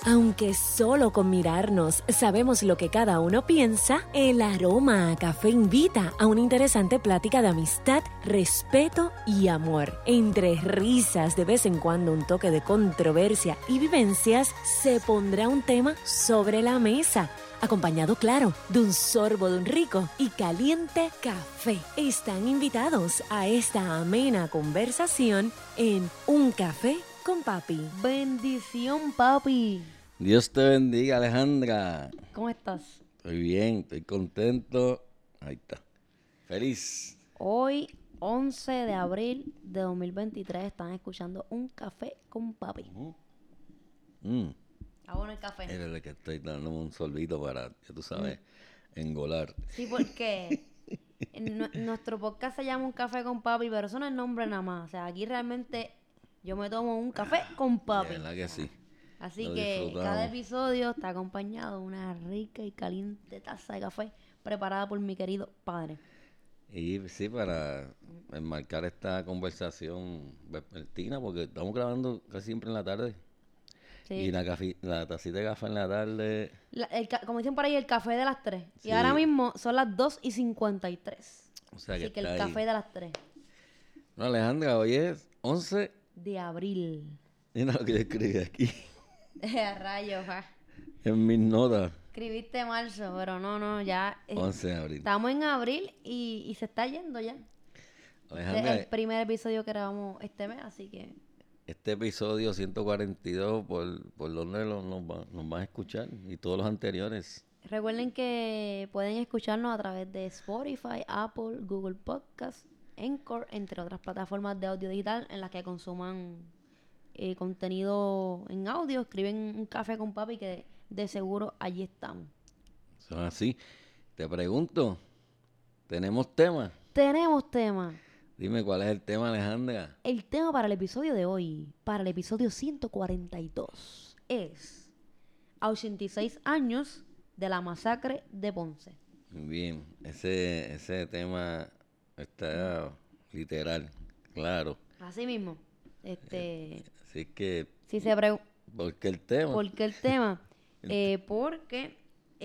Aunque solo con mirarnos sabemos lo que cada uno piensa, el aroma a café invita a una interesante plática de amistad, respeto y amor. Entre risas, de vez en cuando un toque de controversia y vivencias, se pondrá un tema sobre la mesa, acompañado, claro, de un sorbo de un rico y caliente café. Están invitados a esta amena conversación en Un Café con Papi. Bendición, papi. Dios te bendiga, Alejandra. ¿Cómo estás? Estoy bien, estoy contento. Ahí está. Feliz. Hoy, 11 de abril de 2023, están escuchando Un Café con Papi. Está bueno el café. Eres el que estoy dándome un sorbito para, ya tú sabes, engolar. Sí, porque nuestro podcast se llama Un Café con Papi, pero eso no es el nombre nada más. O sea, aquí realmente yo me tomo un café con papi. De verdad que sí. Así Lo que disfrutamos. cada episodio está acompañado de una rica y caliente taza de café preparada por mi querido padre. Y sí, para enmarcar esta conversación vespertina, porque estamos grabando casi siempre en la tarde. Sí. Y la tacita de café en la tarde. Como dicen por ahí, el café de las 3. Sí. Y ahora mismo son las 2:53. O sea que Así que el está café ahí. de las 3 No, Alejandra, hoy es 11. de abril. Mira lo que yo escribí aquí Rayos, en mis notas. escribiste marzo, pero no, ya 11 de abril. estamos en abril y se está yendo ya. Este Alejandra, es el primer episodio que grabamos este mes, así que este episodio 142, por donde nos van a escuchar, y todos los anteriores. recuerden que pueden escucharnos a través de Spotify, Apple, Google Podcast, Anchor, entre otras plataformas de audio digital en las que consuman contenido en audio. Escriben Un Café con Papi que de seguro allí estamos. Son así. Te pregunto, ¿tenemos tema? Tenemos tema. Dime cuál es el tema, Alejandra. El tema para el episodio de hoy, para el episodio 142, es a 86 años de la masacre de Ponce. Bien, ese tema está literal, claro. Así mismo, Así que, si se pregunta ¿por qué el tema? ¿por qué el tema? Porque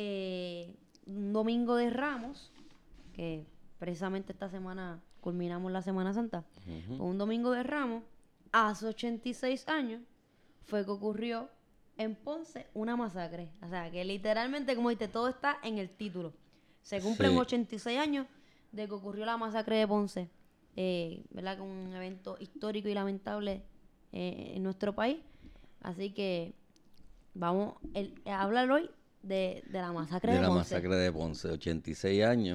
un domingo de Ramos, que precisamente esta semana culminamos la Semana Santa, Ujú. un domingo de Ramos, hace 86 años, fue que ocurrió en Ponce una masacre. O sea, que literalmente, como dice, todo está en el título. Se cumplen Sí. 86 años de que ocurrió la masacre de Ponce. ¿Verdad? Que un evento histórico y lamentable en nuestro país. Así que vamos a hablar hoy de la masacre de De la Ponce. masacre de Ponce, 86 años.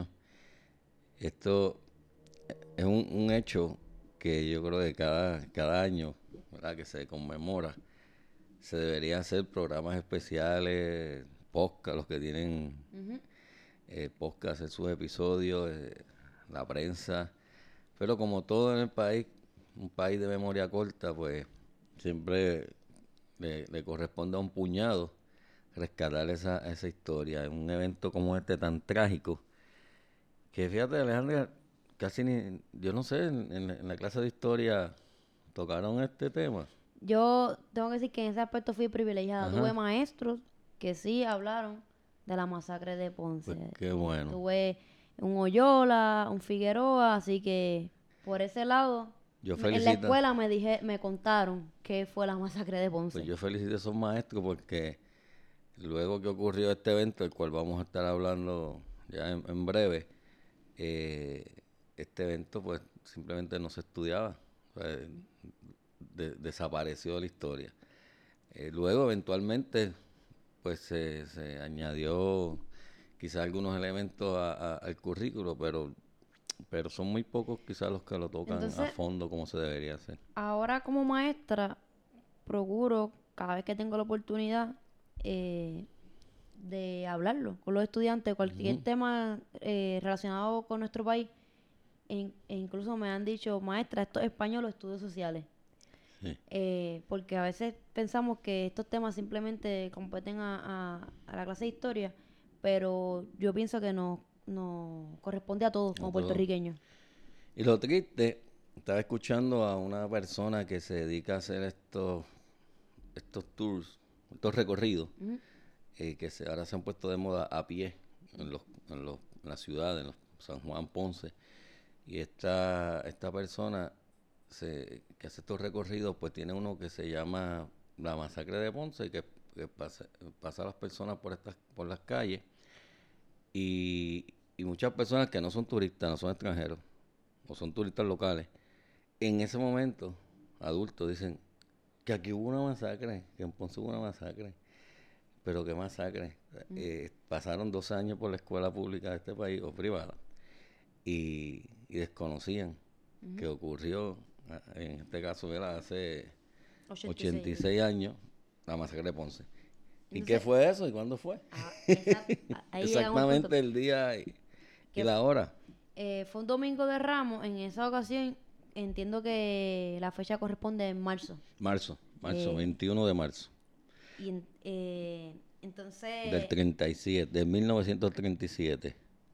Esto es un hecho que yo creo que cada año, ¿verdad?, que se conmemora, se debería hacer programas especiales, podcast, los que tienen Ujú. podcast en sus episodios, la prensa. Pero como todo en el país, un país de memoria corta, pues siempre le corresponde a un puñado rescatar esa historia. En un evento como este tan trágico, que fíjate, Alejandra, casi ni, yo no sé, en la clase de historia tocaron este tema. Yo tengo que decir que en ese aspecto fui privilegiada. Ajá. Tuve maestros que sí hablaron de la masacre de Ponce. Pues qué bueno. Tuve un Oyola, un Figueroa, así que por ese lado, Yo en la felicito, escuela me contaron qué fue la masacre de Ponce. pues yo felicito a esos maestros porque luego que ocurrió este evento, del cual vamos a estar hablando ya en breve, este evento pues simplemente no se estudiaba, o sea, desapareció de la historia. Luego eventualmente pues se añadió quizás algunos elementos al currículo, pero son muy pocos quizás los que lo tocan Entonces, a fondo como se debería hacer. ahora como maestra, procuro cada vez que tengo la oportunidad de hablarlo con los estudiantes, cualquier Ujú. tema relacionado con nuestro país. E incluso me han dicho, maestra, esto es español o estudios sociales. Sí. Porque a veces pensamos que estos temas simplemente competen a la clase de historia, pero yo pienso que nos corresponde a todos como A todos. puertorriqueños. Y lo triste, estaba escuchando a una persona que se dedica a hacer estos tours estos recorridos, Ujú. que ahora se han puesto de moda a pie en las ciudades, en San Juan, Ponce. Y esta persona que hace estos recorridos, pues tiene uno que se llama la masacre de Ponce, que pasa a las personas por las calles y muchas personas que no son turistas, no son extranjeros, o son turistas locales, en ese momento, adultos dicen que aquí hubo una masacre, que en Ponce hubo una masacre. Pero qué masacre. Pasaron 2 años por la escuela pública de este país o privada y desconocían que ocurrió, en este caso, ¿verdad? Hace 86 años, la masacre de Ponce. ¿Y qué Entonces, fue eso? ¿Y cuándo fue? ahí llegamos al punto. Exactamente el día y Que la hora. Fue un domingo de Ramos. En esa ocasión, entiendo que la fecha corresponde en marzo. Marzo, Eh, 21 de marzo Y entonces del 37, de 1937.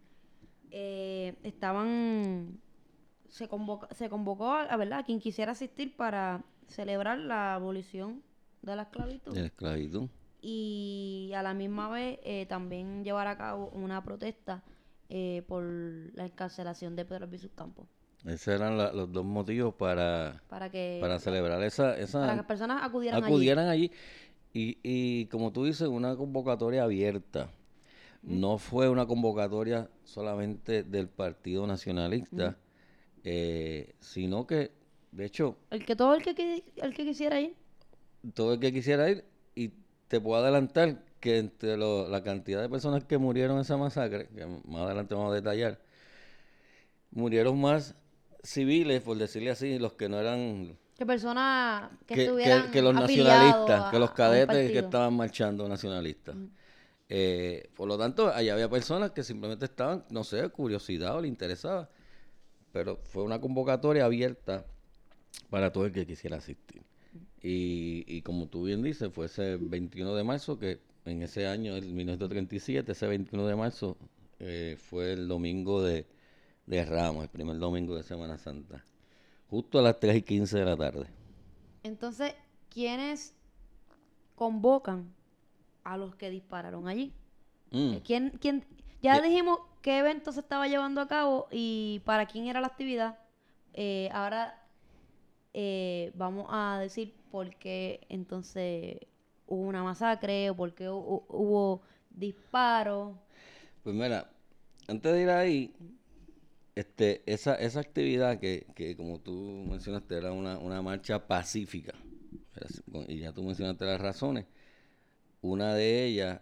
se convocó a, ¿verdad?, a quien quisiera asistir para celebrar la abolición de la esclavitud De la esclavitud. y a la misma vez también llevar a cabo una protesta por la encarcelación de Pedro Albizu Campos, Esos eran los dos motivos para para que celebrar para que las personas acudieran allí. Y como tú dices, una convocatoria abierta. No fue una convocatoria solamente del Partido Nacionalista, sino que, de hecho, todo el que quisiera ir. todo el que quisiera ir, y te puedo adelantar que entre la cantidad de personas que murieron en esa masacre, que más adelante vamos a detallar, murieron más civiles, por decirle así, los que no eran... Que personas que que estuvieran los afiliados nacionalistas, que los a un cadetes que partido. estaban marchando nacionalistas. Por lo tanto, allá había personas que simplemente estaban, no sé, curiosidad o le interesaba, pero fue una convocatoria abierta para todo el que quisiera asistir. Y como tú bien dices, fue ese 21 de marzo, que en ese año, en 1937, ese 21 de marzo, fue el domingo de Ramos, el primer domingo de Semana Santa, justo a las 3:15 de la tarde. Entonces, ¿quiénes convocan a los que dispararon allí? Mm. ¿Quién? Ya Ye- dijimos qué evento se estaba llevando a cabo y para quién era la actividad. Ahora vamos a decir por qué entonces hubo una masacre o por qué hubo disparos. Pues mira, antes de ir ahí, esa actividad que como tú mencionaste era una marcha pacífica, y ya tú mencionaste las razones. Una de ellas,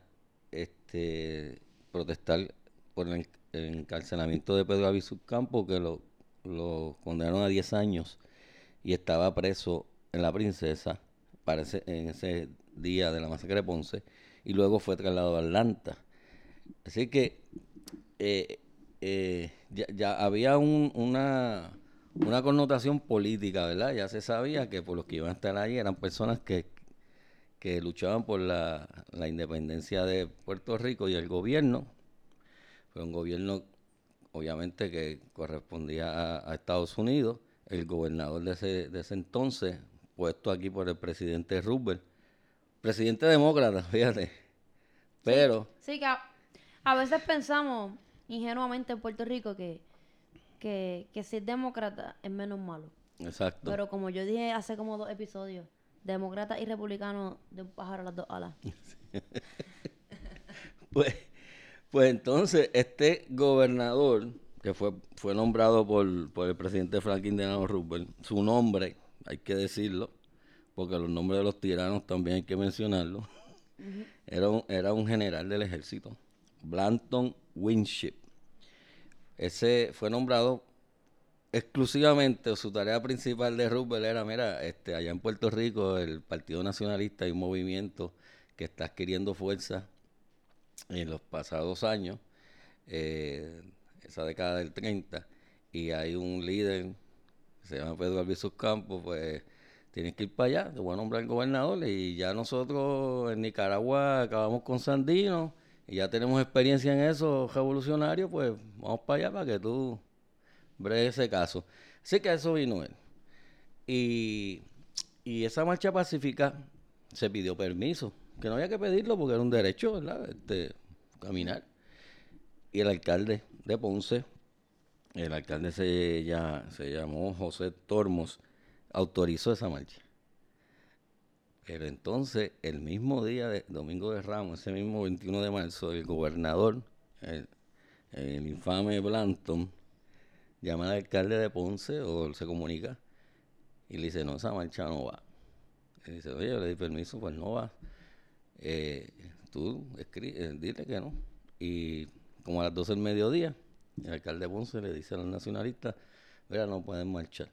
protestar por el encarcelamiento de Pedro Albizu Campos, que lo condenaron a 10 años y estaba preso en La Princesa en ese día de la masacre de Ponce, y luego fue trasladado a Atlanta. Así que ya había una connotación política, ¿verdad? Ya se sabía que por los que iban a estar ahí eran personas que luchaban por la independencia de Puerto Rico, y el gobierno fue un gobierno, obviamente, que correspondía a Estados Unidos. El gobernador de ese entonces, puesto aquí por el presidente Roosevelt, presidente demócrata, fíjate, pero... Sí, que a veces pensamos ingenuamente en Puerto Rico que si es demócrata es menos malo. Exacto. Pero como yo dije hace como 2 episodios, demócrata y republicano de un pájaro a las 2 alas. Pues entonces este gobernador, que fue nombrado por el presidente Franklin Delano Roosevelt, su nombre, hay que decirlo, porque los nombres de los tiranos también hay que mencionarlo, era un general del ejército, Blanton Winship. Ese fue nombrado exclusivamente, su tarea principal de Roosevelt era, mira, allá en Puerto Rico el Partido Nacionalista hay un movimiento que está adquiriendo fuerza en los pasados años, esa década del 30, y hay un líder que se llama Pedro Albizu Campos, pues tienes que ir para allá, te voy a nombrar gobernador, y ya nosotros en Nicaragua acabamos con Sandino, y ya tenemos experiencia en eso revolucionario, pues vamos para allá para que tú bregues ese caso. Así que a eso vino él. Y esa marcha pacífica se pidió permiso que no había que pedirlo porque era un derecho, ¿verdad? Caminar. Y el alcalde de Ponce, el alcalde se llamó José Tormos, autorizó esa marcha. Pero entonces, el mismo día de Domingo de Ramos, ese mismo 21 de marzo, el gobernador, el infame Blanton, llama al alcalde de Ponce o se comunica y le dice, no, esa marcha no va. Y dice, oye, yo le di permiso, pues no va. Tú dile que no. Y como a las 12 del mediodía, el alcalde de Ponce le dice a los nacionalistas, mira, no pueden marchar.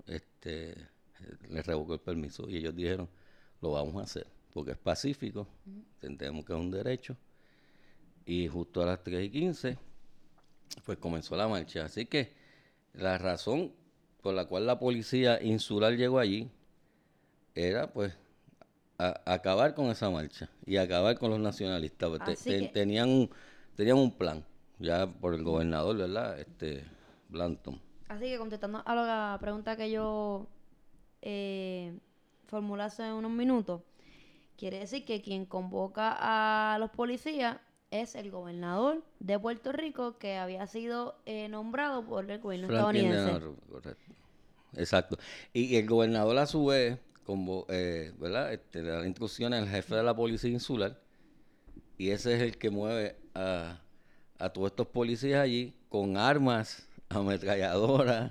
Les revocó el permiso y ellos dijeron, lo vamos a hacer, porque es pacífico, entendemos que es un derecho. Y justo a las 3:15, pues comenzó la marcha. Así que la razón por la cual la policía insular llegó allí era, pues, acabar con esa marcha y acabar con los nacionalistas. Tenían un plan ya por el gobernador, ¿verdad? Blanton. Así que contestando a la pregunta que yo formulé hace unos minutos, quiere decir que quien convoca a los policías es el gobernador de Puerto Rico, que había sido nombrado por el gobierno estadounidense. Correcto. Exacto. Y el gobernador a su vez, ¿verdad? Le da instrucciones al jefe de la policía insular y ese es el que mueve a todos estos policías allí con armas, ametralladoras,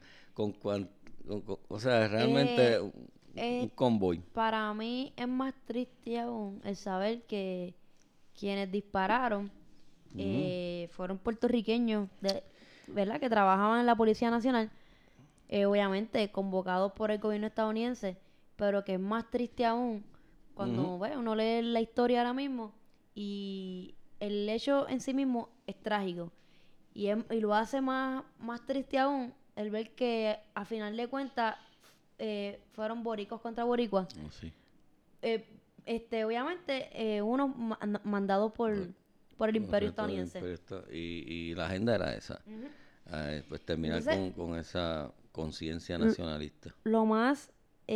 o sea, realmente un convoy. Para mí es más triste aún el saber que quienes dispararon fueron puertorriqueños, ¿verdad? Que trabajaban en la Policía Nacional, obviamente convocados por el gobierno estadounidense, pero que es más triste aún cuando uno lee la historia ahora mismo y el hecho en sí mismo es trágico y lo hace más triste aún el ver que a final de cuentas fueron boricuas contra boricuas. Oh, sí. Obviamente unos mandados por el imperio estadounidense. Y la agenda era esa. Pues terminar entonces, con esa conciencia nacionalista. Lo más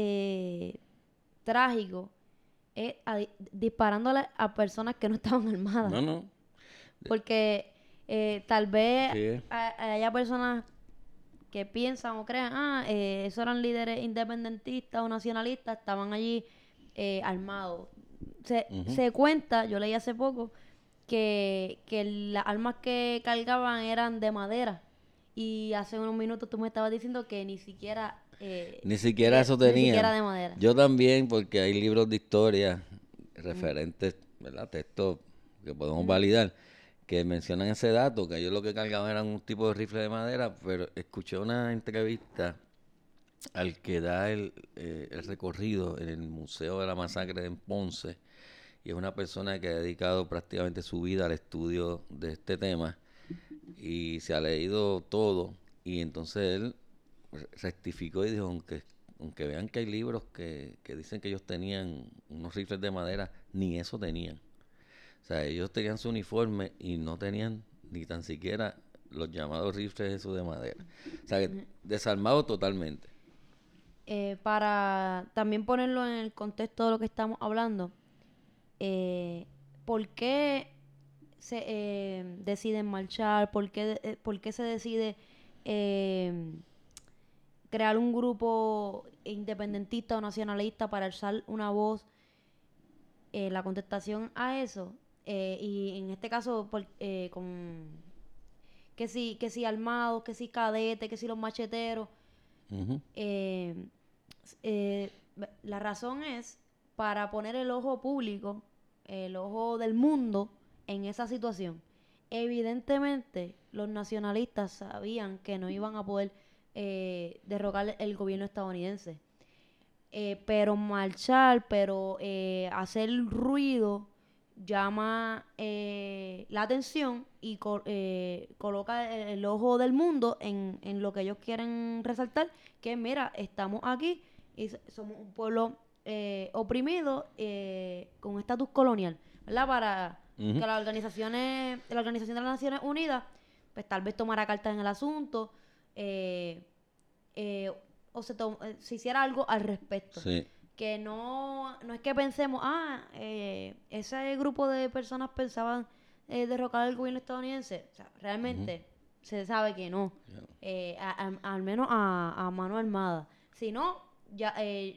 trágico es disparándole a personas que no estaban armadas. No. Porque tal vez haya personas que piensan o crean, esos eran líderes independentistas o nacionalistas, estaban allí armados. Se cuenta, yo leí hace poco, que las armas que cargaban eran de madera. Y hace unos minutos tú me estabas diciendo que ni siquiera eso tenía. Ni siquiera de madera. Yo también, porque hay libros de historia referentes, ¿verdad? Textos que podemos validar, que mencionan ese dato, que ellos lo que cargaban eran un tipo de rifle de madera, pero escuché una entrevista al que da el recorrido en el Museo de la Masacre de Ponce, y es una persona que ha dedicado prácticamente su vida al estudio de este tema, y se ha leído todo, y entonces él rectificó y dijo, aunque vean que hay libros que dicen que ellos tenían unos rifles de madera, ni eso tenían. O sea, ellos tenían su uniforme y no tenían ni tan siquiera los llamados rifles esos de madera. O sea, desarmados totalmente. Para también ponerlo en el contexto de lo que estamos hablando, ¿por qué se deciden marchar? ¿Por qué se decide crear un grupo independentista o nacionalista para alzar una voz? La contestación a eso, y en este caso con que si armados, que si cadetes, que si los macheteros, la razón es para poner el ojo público, el ojo del mundo en esa situación. Evidentemente los nacionalistas sabían que no iban a poder derrocar el gobierno estadounidense, pero marchar, hacer ruido llama la atención y coloca el ojo del mundo en lo que ellos quieren resaltar, que mira, estamos aquí y somos un pueblo oprimido con estatus colonial, ¿verdad? Para que la Organización de las Naciones Unidas pues tal vez tomara cartas en el asunto o se hiciera algo al respecto. Sí. que no es que pensemos, ese grupo de personas pensaban derrocar al gobierno estadounidense. O sea, realmente se sabe que no. Al menos a mano armada. Si no, ya,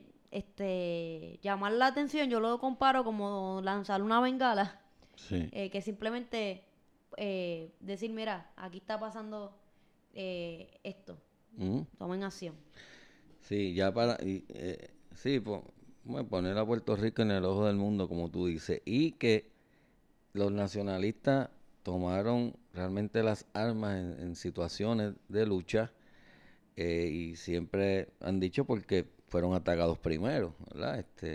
llamar la atención, yo lo comparo como lanzar una bengala, Sí. que simplemente decir, mira, aquí está pasando esto, Ujú. tomen acción. Sí, ya sí, bueno, poner a Puerto Rico en el ojo del mundo, como tú dices, y que los nacionalistas tomaron realmente las armas en situaciones de lucha, y siempre han dicho porque fueron atacados primero, ¿verdad?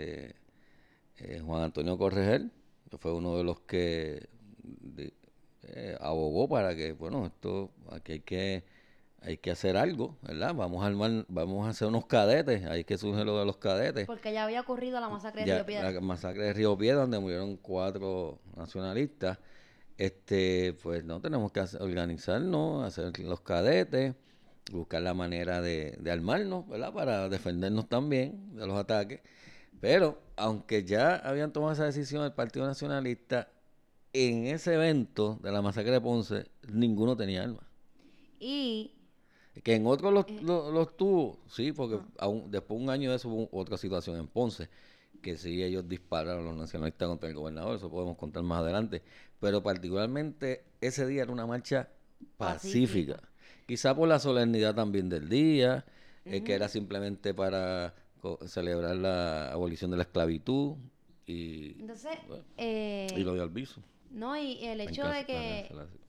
Juan Antonio Corregel, que fue uno de los que di- abogó para que, bueno, aquí hay que hacer algo, ¿verdad? Vamos a hacer unos cadetes, ahí es que surge lo de los cadetes. Porque ya había ocurrido la masacre de Ya, Río Piedras. la masacre de Río Piedras, donde murieron 4 nacionalistas. Pues no, tenemos que organizarnos, hacer los cadetes, buscar la manera de armarnos, ¿verdad? Para defendernos también de los ataques. Pero, aunque ya habían tomado esa decisión el Partido Nacionalista, en ese evento de la masacre de Ponce, ninguno tenía armas. Y Que en otros los tuvo, sí, porque después de un año de eso hubo otra situación en Ponce, que sí ellos dispararon los nacionalistas contra el gobernador, eso podemos contar más adelante. Pero particularmente ese día era una marcha pacífica. Quizá por la solemnidad también del día, que era simplemente para celebrar la abolición de la esclavitud y, entonces, bueno, y lo de Albizu. no, y el En hecho caso- de que para- para-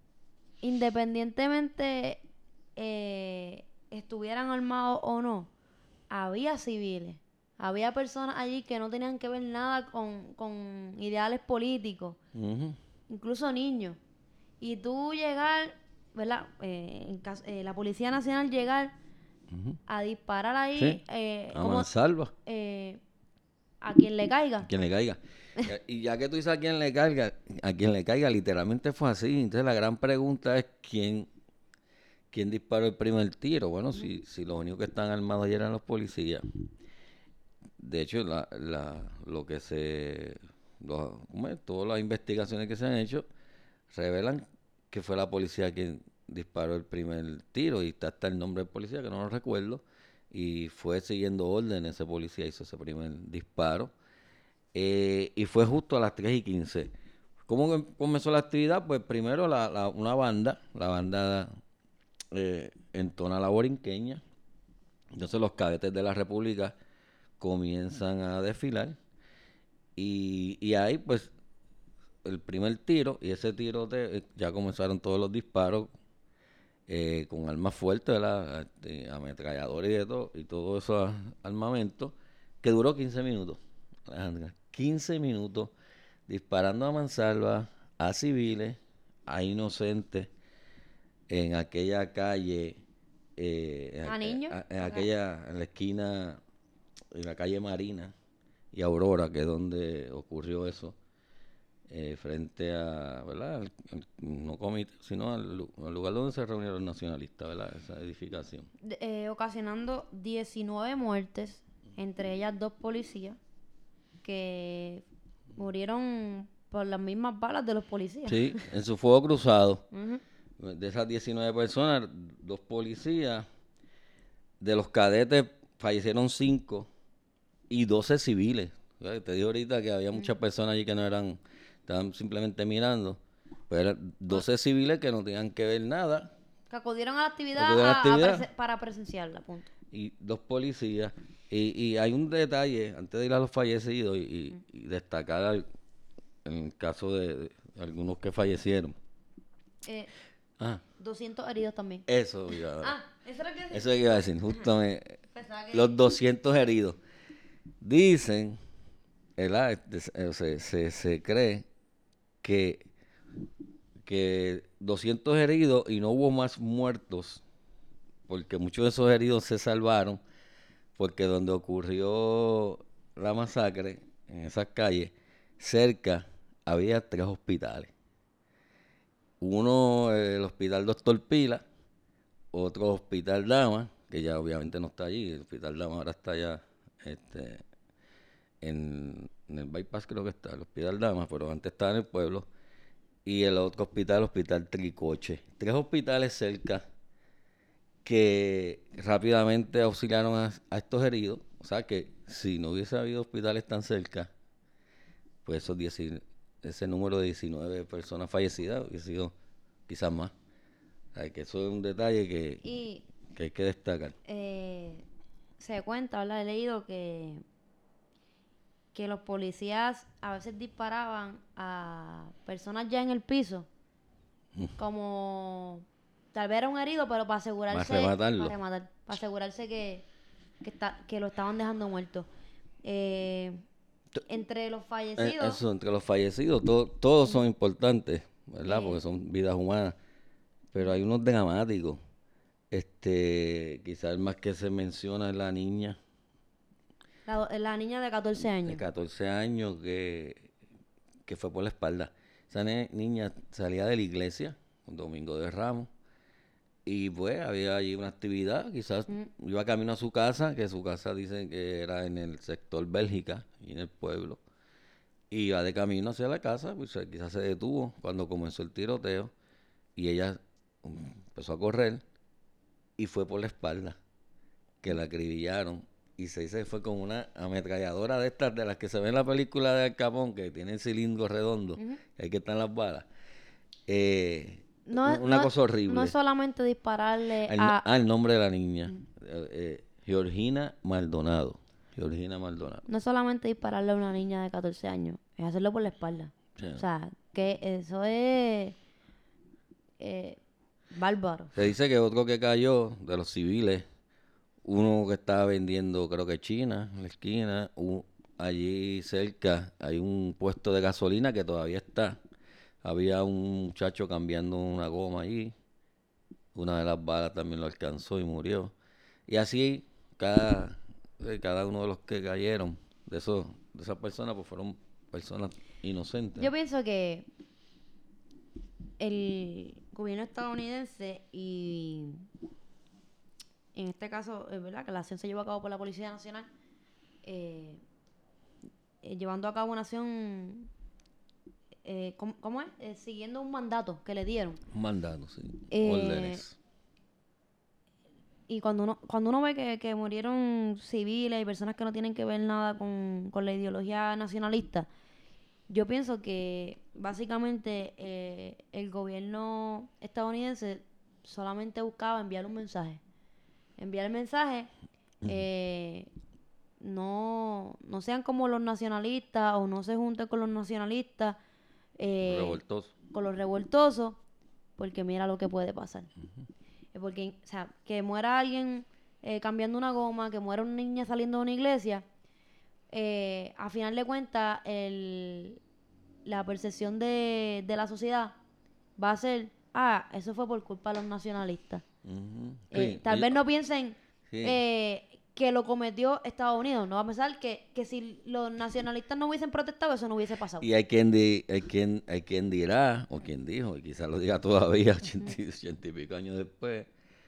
independientemente estuvieran armados o no, había civiles, había personas allí que no tenían que ver nada con ideales políticos, Ujú. incluso niños. Y tú llegar, ¿verdad? La Policía Nacional llegar a disparar ahí, Sí, a mansalva. A quien le caiga. Quien le caiga. Y ya que tú dices a quien le caiga, literalmente fue así. Entonces la gran pregunta es quién disparó el primer tiro. Bueno, si los únicos que están armados ayer eran los policías. De hecho, ¿cómo es? Todas las investigaciones que se han hecho revelan que fue la policía quien disparó el primer tiro, y está hasta el nombre del policía, que no lo recuerdo, y fue siguiendo órdenes, ese policía hizo ese primer disparo. Y fue justo a las 3:15. ¿Cómo comenzó la actividad? Pues primero una la banda entona la borinqueña. Entonces los cadetes de la República comienzan a desfilar. Y ahí pues el primer tiro, y ese tiro ya comenzaron todos los disparos con armas fuertes, ¿verdad? Ametralladores y todo eso armamento, que duró 15 minutos. Alejandra, 15 minutos disparando a mansalva, a civiles, a inocentes, en aquella calle, ¿A niños? en la esquina, en la calle Marina y Aurora, que es donde ocurrió eso, frente a, ¿verdad? No comité, sino al lugar donde se reunieron los nacionalistas, ¿verdad? Esa edificación. Ocasionando 19 muertes, entre ellas 2 policías, que murieron por las mismas balas de los policías. Sí, en su fuego cruzado. Ujú. De esas 19 personas, 2 policías, de los cadetes fallecieron 5 y 12 civiles. Te dije ahorita que había muchas personas allí que estaban simplemente mirando, pero eran 12 civiles que no tenían que ver nada, Que acudieron a la actividad, Acudieron a la actividad. para presenciarla, punto. y 2 policías. Y hay un detalle, antes de ir a los fallecidos y destacar en el caso de algunos que fallecieron. Eh, Ah, 200 heridos también. eso iba ¿Eso era que decía? eso iba a decir, justamente, Pensaba que... los 200 heridos. Dicen, ¿verdad? Se cree que 200 heridos y no hubo más muertos, porque muchos de esos heridos se salvaron, porque donde ocurrió la masacre, en esas calles, cerca había 3 hospitales. Uno, el Hospital Doctor Pila, otro Hospital Dama, que ya obviamente no está allí, el Hospital Dama ahora está ya en el bypass creo que está, el Hospital Damas, pero antes estaba en el pueblo. Y el otro hospital, el Hospital Tricoche. 3 hospitales cerca que rápidamente auxiliaron a estos heridos. O sea que si no hubiese habido hospitales tan cerca, pues ese número de 19 personas fallecidas hubiese sido quizás más. O sea, que eso es un detalle Y que hay que destacar. se cuenta, ¿verdad? He leído que los policías a veces disparaban a personas ya en el piso, como tal vez era un herido, pero para asegurarse, para asegurarse que lo estaban dejando muerto. Entre los fallecidos, Eso, entre los fallecidos, todos son importantes, ¿verdad? Porque son vidas humanas. Pero hay unos dramáticos. Quizás el más que se menciona es la niña. la niña de 14 De años. 14 años que fue por la espalda. Esa niña salía de la iglesia, un domingo de Ramos, y pues había allí una actividad, quizás iba camino a su casa, que su casa dicen que era en el sector Bélgica, y en el pueblo, y iba de camino hacia la casa, pues quizás se detuvo cuando comenzó el tiroteo, y ella empezó a correr, y fue por la espalda, que la acribillaron. Y se dice que fue con una ametralladora de estas, de las que se ve en la película de Al Capone, que tienen cilindro redondo, y ahí que están las balas. Una cosa horrible. No es solamente dispararle El nombre de la niña. Georgina Maldonado. No es solamente dispararle a una niña de 14 años, es hacerlo por la espalda. Sí. O sea, que eso es bárbaro. Se dice que otro que cayó de los civiles, uno que estaba vendiendo, creo que China, en la esquina, allí cerca hay un puesto de gasolina que todavía está. Había un muchacho cambiando una goma allí. Una de las balas también lo alcanzó y murió. Y así, cada uno de los que cayeron, de esas personas, pues fueron personas inocentes. Yo pienso que el gobierno estadounidense y en este caso, ¿verdad? Que la acción se llevó a cabo por la Policía Nacional, llevando a cabo una acción, ¿cómo es? Siguiendo un mandato que le dieron. Un mandato, sí. Órdenes. Y cuando uno ve que murieron civiles y personas que no tienen que ver nada con la ideología nacionalista, yo pienso que básicamente el gobierno estadounidense solamente buscaba enviar un mensaje. Enviar el mensaje, no sean como los nacionalistas o no se junten con los nacionalistas, con los revoltosos, porque mira lo que puede pasar. Porque, o sea, que muera alguien cambiando una goma, que muera una niña saliendo de una iglesia, a final de cuentas, la percepción de la sociedad va a ser, eso fue por culpa de los nacionalistas. Tal vez no piensen que lo cometió Estados Unidos. No va a pensar que si los nacionalistas no hubiesen protestado, eso no hubiese pasado. Y hay quien dirá, o quien dijo, y quizás lo diga todavía, 80 y pico años después,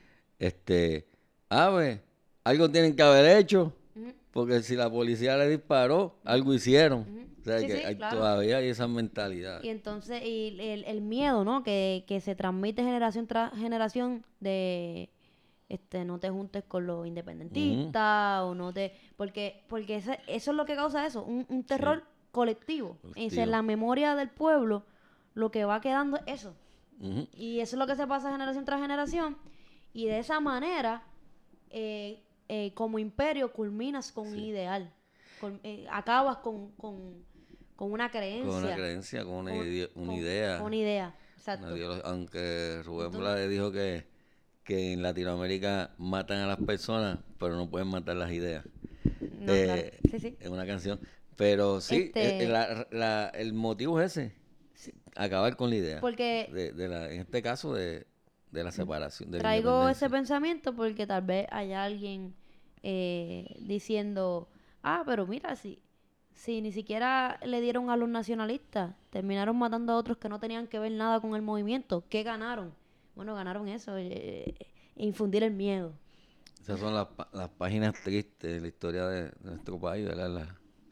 algo tienen que haber hecho, porque si la policía le disparó, algo hicieron. O sea, claro. Todavía hay esa mentalidad. Y entonces, el miedo, ¿no? Que se transmite generación tras generación de no te juntes con los independentistas o no te... Porque eso es lo que causa eso, un terror colectivo. En la memoria del pueblo, lo que va quedando es eso. Y eso es lo que se pasa generación tras generación. Y de esa manera, como imperio, culminas con un ideal. Acabas con una creencia. Con una creencia, con una idea. Con una idea, exacto. Aunque Rubén Blades dijo que en Latinoamérica matan a las personas, pero no pueden matar las ideas. No, claro. Sí. Es una canción. Pero sí, el motivo es ese. Acabar con la idea. Porque en este caso de la separación. Traigo ese pensamiento porque tal vez haya alguien diciendo, pero mira, si ni siquiera le dieron a los nacionalistas, terminaron matando a otros que no tenían que ver nada con el movimiento. ¿Qué ganaron? Bueno, ganaron eso, infundir el miedo. Esas son las páginas tristes de la historia de nuestro país, ¿verdad?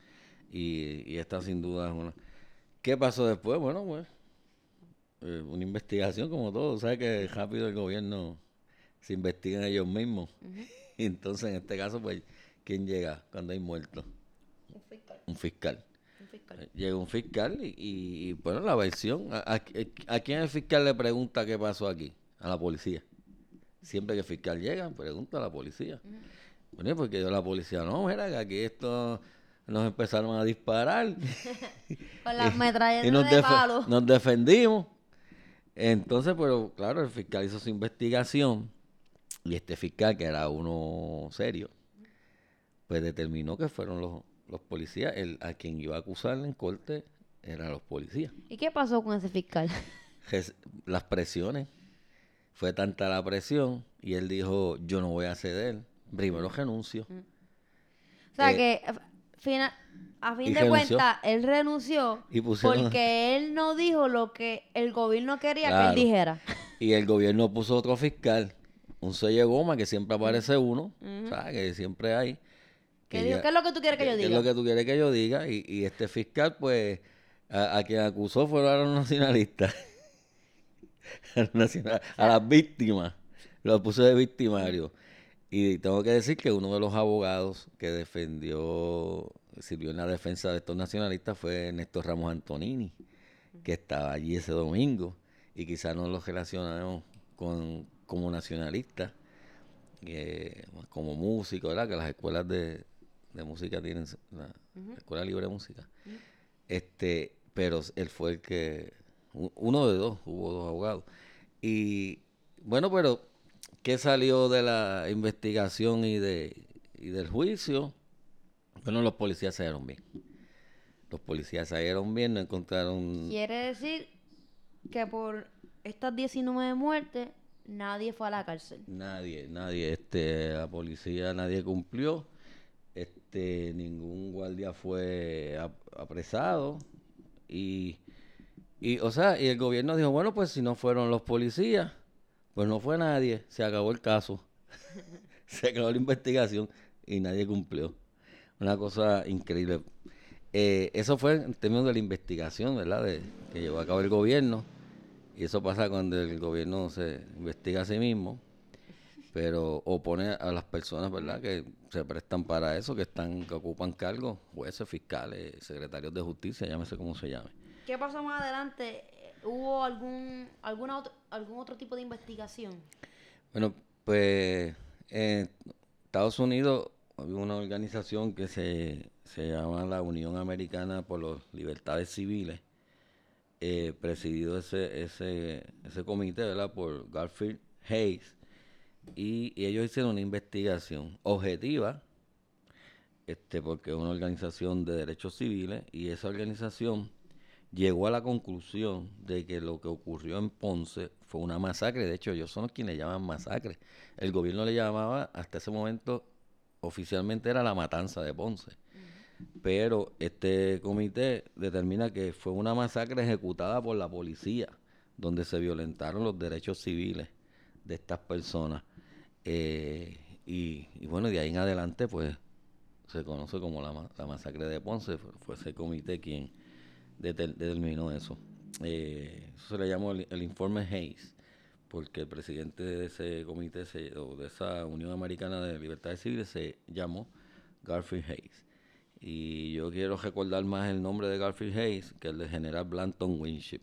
y esta sin duda es una. ¿Qué pasó después? Bueno, pues una investigación como todo. ¿Sabes que rápido el gobierno se investiga ellos mismos? Ujú. Y entonces en este caso, pues, ¿quién llega cuando hay muertos? Un fiscal. Un fiscal. Un fiscal. Llega un fiscal bueno, la versión. ¿A quién el fiscal le pregunta qué pasó aquí? A la policía. Siempre que el fiscal llega, pregunta a la policía. Bueno, porque la policía, no, mira, que aquí esto nos empezaron a disparar Con las y metralletas de palo. nos defendimos. Entonces, pero claro, el fiscal hizo su investigación y este fiscal, que era uno serio, pues determinó que fueron los policías. A quien iba a acusar en corte eran los policías. ¿Y qué pasó con ese fiscal? Las presiones, fue tanta la presión y él dijo, yo no voy a ceder, primero renuncio. O sea Eh, que a fin y de renunció. cuentas, él renunció Y pusieron, porque él no dijo lo que el gobierno quería que él claro, dijera. y el gobierno puso otro fiscal, un sello goma, que siempre aparece uno, ¿sabes? Que siempre hay. ¿Qué dijo? ¿Qué es lo que tú quieres que yo ¿Qué es diga? lo que tú quieres que yo diga? Y este fiscal, pues, a quien acusó fueron a los nacionalistas, a las víctimas, lo puso de victimario. Y tengo que decir que uno de los abogados que sirvió en la defensa de estos nacionalistas fue Néstor Ramos Antonini, que estaba allí ese domingo, y quizás no lo relacionamos como nacionalista, como músico, ¿verdad? Que las escuelas de música tienen la Escuela Libre de Música. Pero él fue el que, uno de dos, hubo dos abogados. Y bueno, pero ¿qué salió de la investigación y del juicio? Bueno, los policías salieron bien. Los policías salieron bien, no encontraron Quiere decir que por estas 19 muertes, nadie fue a la cárcel. nadie, la policía, nadie cumplió. Ningún guardia fue apresado. O sea, y el gobierno dijo, bueno, pues si no fueron los policías, pues no fue nadie, se acabó el caso. Se acabó la investigación y nadie cumplió. Una cosa increíble. Eso fue en términos de la investigación, ¿verdad? Que llevó a cabo el gobierno. Y eso pasa cuando el gobierno se investiga a sí mismo, pero opone a las personas, ¿verdad? Que se prestan para eso, que ocupan cargos, jueces, fiscales, secretarios de justicia, llámese como se llame. ¿Qué pasó más adelante? ¿Hubo algún otro tipo de investigación? Bueno, pues en Estados Unidos hay una organización que se llama la Unión Americana por las Libertades Civiles, presidido ese comité, ¿verdad? Por Garfield Hayes, y ellos hicieron una investigación objetiva, porque es una organización de derechos civiles, y esa organización llegó a la conclusión de que lo que ocurrió en Ponce fue una masacre. De hecho, ellos son los quienes le llaman masacre. El gobierno le llamaba, hasta ese momento, oficialmente era la matanza de Ponce. Pero este comité determina que fue una masacre ejecutada por la policía, donde se violentaron los derechos civiles de estas personas. Y bueno, de ahí en adelante, pues, se conoce como la masacre de Ponce. Fue ese comité quien determinó eso. Eso se le llamó el informe Hayes, porque el presidente de ese comité, o de esa Unión Americana de Libertades Civiles, se llamó Garfield Hayes. Y yo quiero recordar más el nombre de Garfield Hayes que el de General Blanton Winship.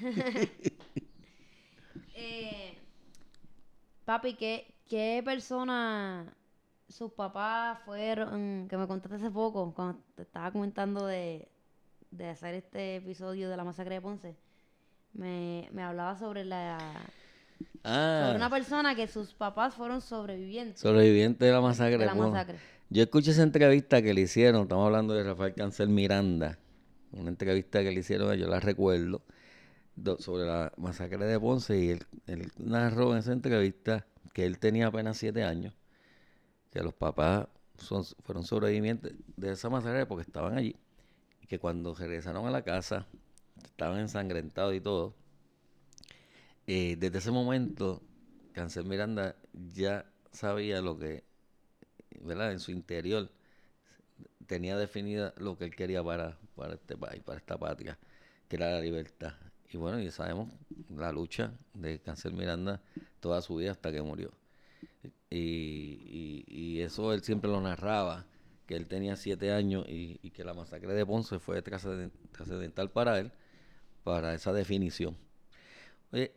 Papi, ¿qué persona sus papás fueron, que me contaste hace poco, cuando te estaba comentando de hacer este episodio de la masacre de Ponce? Me hablaba sobre sobre una persona que sus papás fueron sobrevivientes Sobreviviente de la masacre. de la masacre. Yo escuché esa entrevista que le hicieron, estamos hablando de Rafael Cancel Miranda, una entrevista que le hicieron, yo la recuerdo, sobre la masacre de Ponce, y él narró en esa entrevista que él tenía apenas 7 años, que los papás fueron sobrevivientes de esa masacre porque estaban allí, y que cuando regresaron a la casa estaban ensangrentados y todo. Desde ese momento, Cancel Miranda ya sabía lo que, ¿verdad? En su interior tenía definida lo que él quería para este país, para esta patria, que era la libertad. Y bueno, y sabemos la lucha de Cancel Miranda toda su vida hasta que murió. Y eso él siempre lo narraba, que él tenía 7 años y que la masacre de Ponce fue trascendental para él, para esa definición. Oye,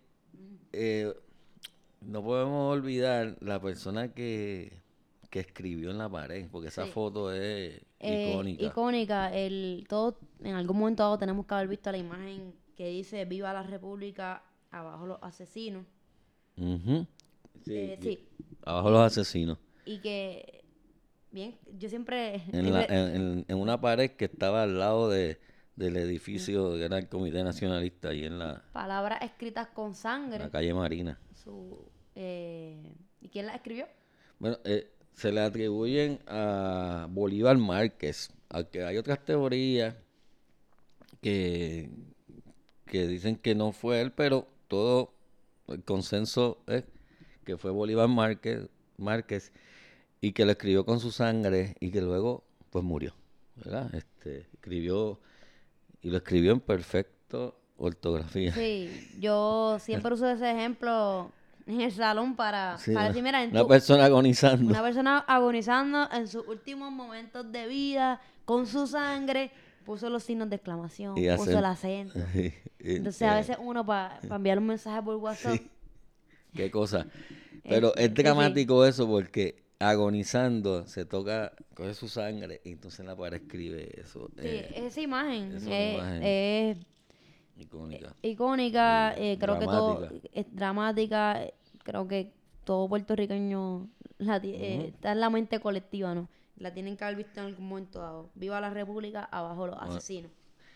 no podemos olvidar la persona que escribió en la pared, porque esa Sí. foto es icónica. Icónica. Todos en algún momento dado tenemos que haber visto la imagen que dice "Viva la República", abajo los asesinos. Ujú. Sí, Sí. abajo los asesinos. Y que, bien, yo siempre... En una pared que estaba al lado del edificio que era el Comité Nacionalista, ahí en la palabras escritas con sangre. calle Marina. ¿Y quién las escribió? Bueno, se le atribuyen a Bolívar Márquez, aunque hay otras teorías que dicen que no fue él, pero todo el consenso es que fue Bolívar Márquez y que lo escribió con su sangre y que luego pues murió, ¿verdad? Escribió y lo escribió en perfecta ortografía. Sí, yo siempre uso ese ejemplo en el salón para Sí, decir, mira, una persona agonizando. una persona agonizando en sus últimos momentos de vida, con su sangre, puso los signos de exclamación, Y puso el acento. Sí, Entonces a veces uno para enviar un mensaje por WhatsApp, sí, qué cosa. Pero es sí. dramático eso porque agonizando se toca, coge su sangre y entonces la pared escribe eso. Sí, esa imagen esa imagen es icónica. icónica, creo que todo Dramática. es dramática, creo que todo puertorriqueño está en la mente colectiva, ¿no? La tienen que haber visto en algún momento dado. Viva la República, abajo los asesinos.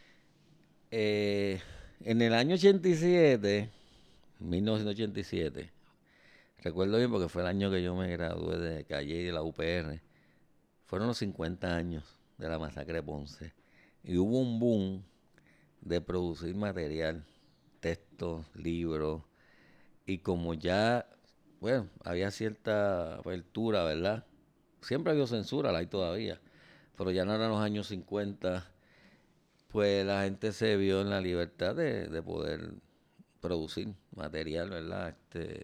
En el año 1987, recuerdo bien porque fue el año que yo me gradué de Calle y de la UPR, fueron los 50 años de la masacre de Ponce. Y hubo un boom de producir material, textos, libros, y como ya, bueno, había cierta apertura, ¿verdad? Siempre ha habido censura, la hay todavía, pero ya no eran los años 50, pues la gente se vio en la libertad de poder producir material, ¿verdad?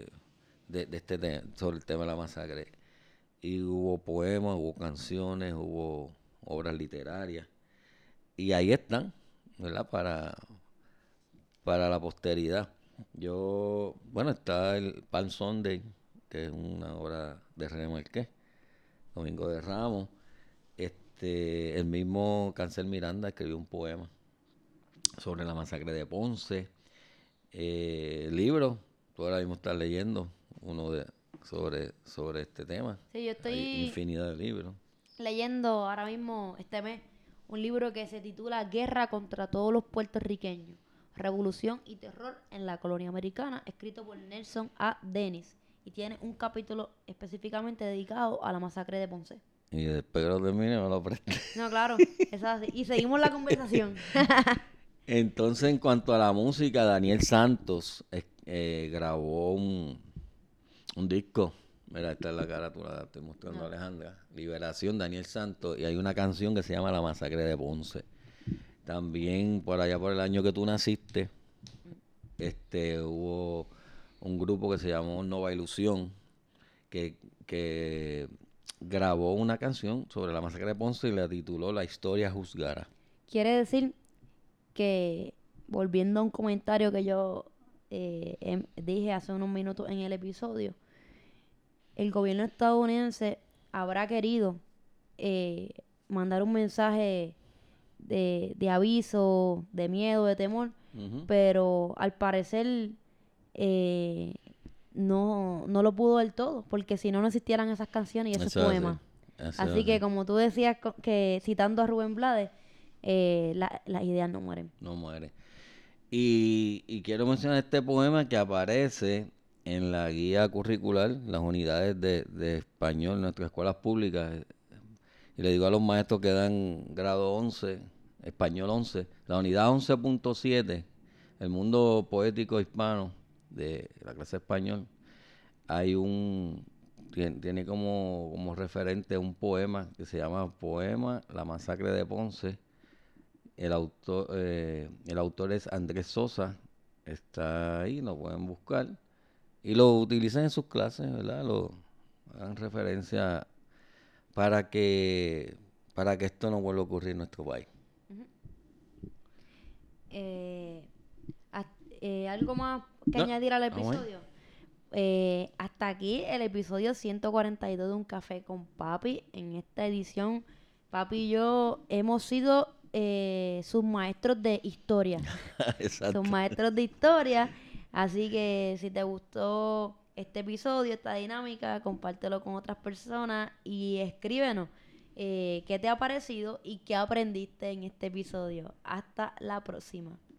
Sobre el tema de la masacre. Y hubo poemas, hubo canciones, hubo obras literarias. Y ahí están, ¿verdad? Para la posteridad. Está el Palm Sunday, que es una obra de René Márquez, Domingo de Ramos. El mismo Cancel Miranda escribió un poema sobre la masacre de Ponce. Libros, tú ahora mismo estás leyendo uno sobre este tema. Sí, yo Hay estoy infinidad de libros. leyendo ahora mismo este mes un libro que se titula Guerra contra todos los puertorriqueños, Revolución y Terror en la Colonia Americana, escrito por Nelson A. Dennis, y tiene un capítulo específicamente dedicado a la masacre de Ponce. Y después que lo termine me lo presté. No, claro, es así. Y seguimos la conversación. Entonces, en cuanto a la música, Daniel Santos grabó un disco. Mira, esta es la carátula, la estoy mostrando a Alejandra. Liberación, Daniel Santos. Y hay una canción que se llama La Masacre de Ponce. También, por allá por el año que tú naciste, hubo un grupo que se llamó Nova Ilusión, que grabó una canción sobre la masacre de Ponce y la tituló La Historia Juzgará. Quiere decir que, volviendo a un comentario que yo dije hace unos minutos en el episodio, el gobierno estadounidense habrá querido mandar un mensaje de aviso, de miedo, de temor, pero al parecer no lo pudo del todo, porque si no existieran esas canciones y esos poemas. Así que, como tú decías, que citando a Rubén Blades, las ideas no mueren. No muere. Y quiero mencionar este poema que aparece en la guía curricular, las unidades de español en nuestras escuelas públicas. Y le digo a los maestros que dan grado 11, español 11, la unidad 11.7, el mundo poético hispano de la clase español, hay un tiene como referente un poema que se llama Poema La Masacre de Ponce. El autor es Andrés Sosa, está ahí, lo pueden buscar y lo utilizan en sus clases, ¿verdad? Lo hagan referencia para que esto no vuelva a ocurrir en nuestro país. ¿Algo más que No, añadir al vamos ahí. episodio? Hasta aquí el episodio 142 de Un Café con Papi. En esta edición, Papi y yo hemos sido sus maestros de historia. Exacto. Sus maestros de historia. Así que si te gustó este episodio, esta dinámica, compártelo con otras personas y escríbenos qué te ha parecido y qué aprendiste en este episodio. Hasta la próxima.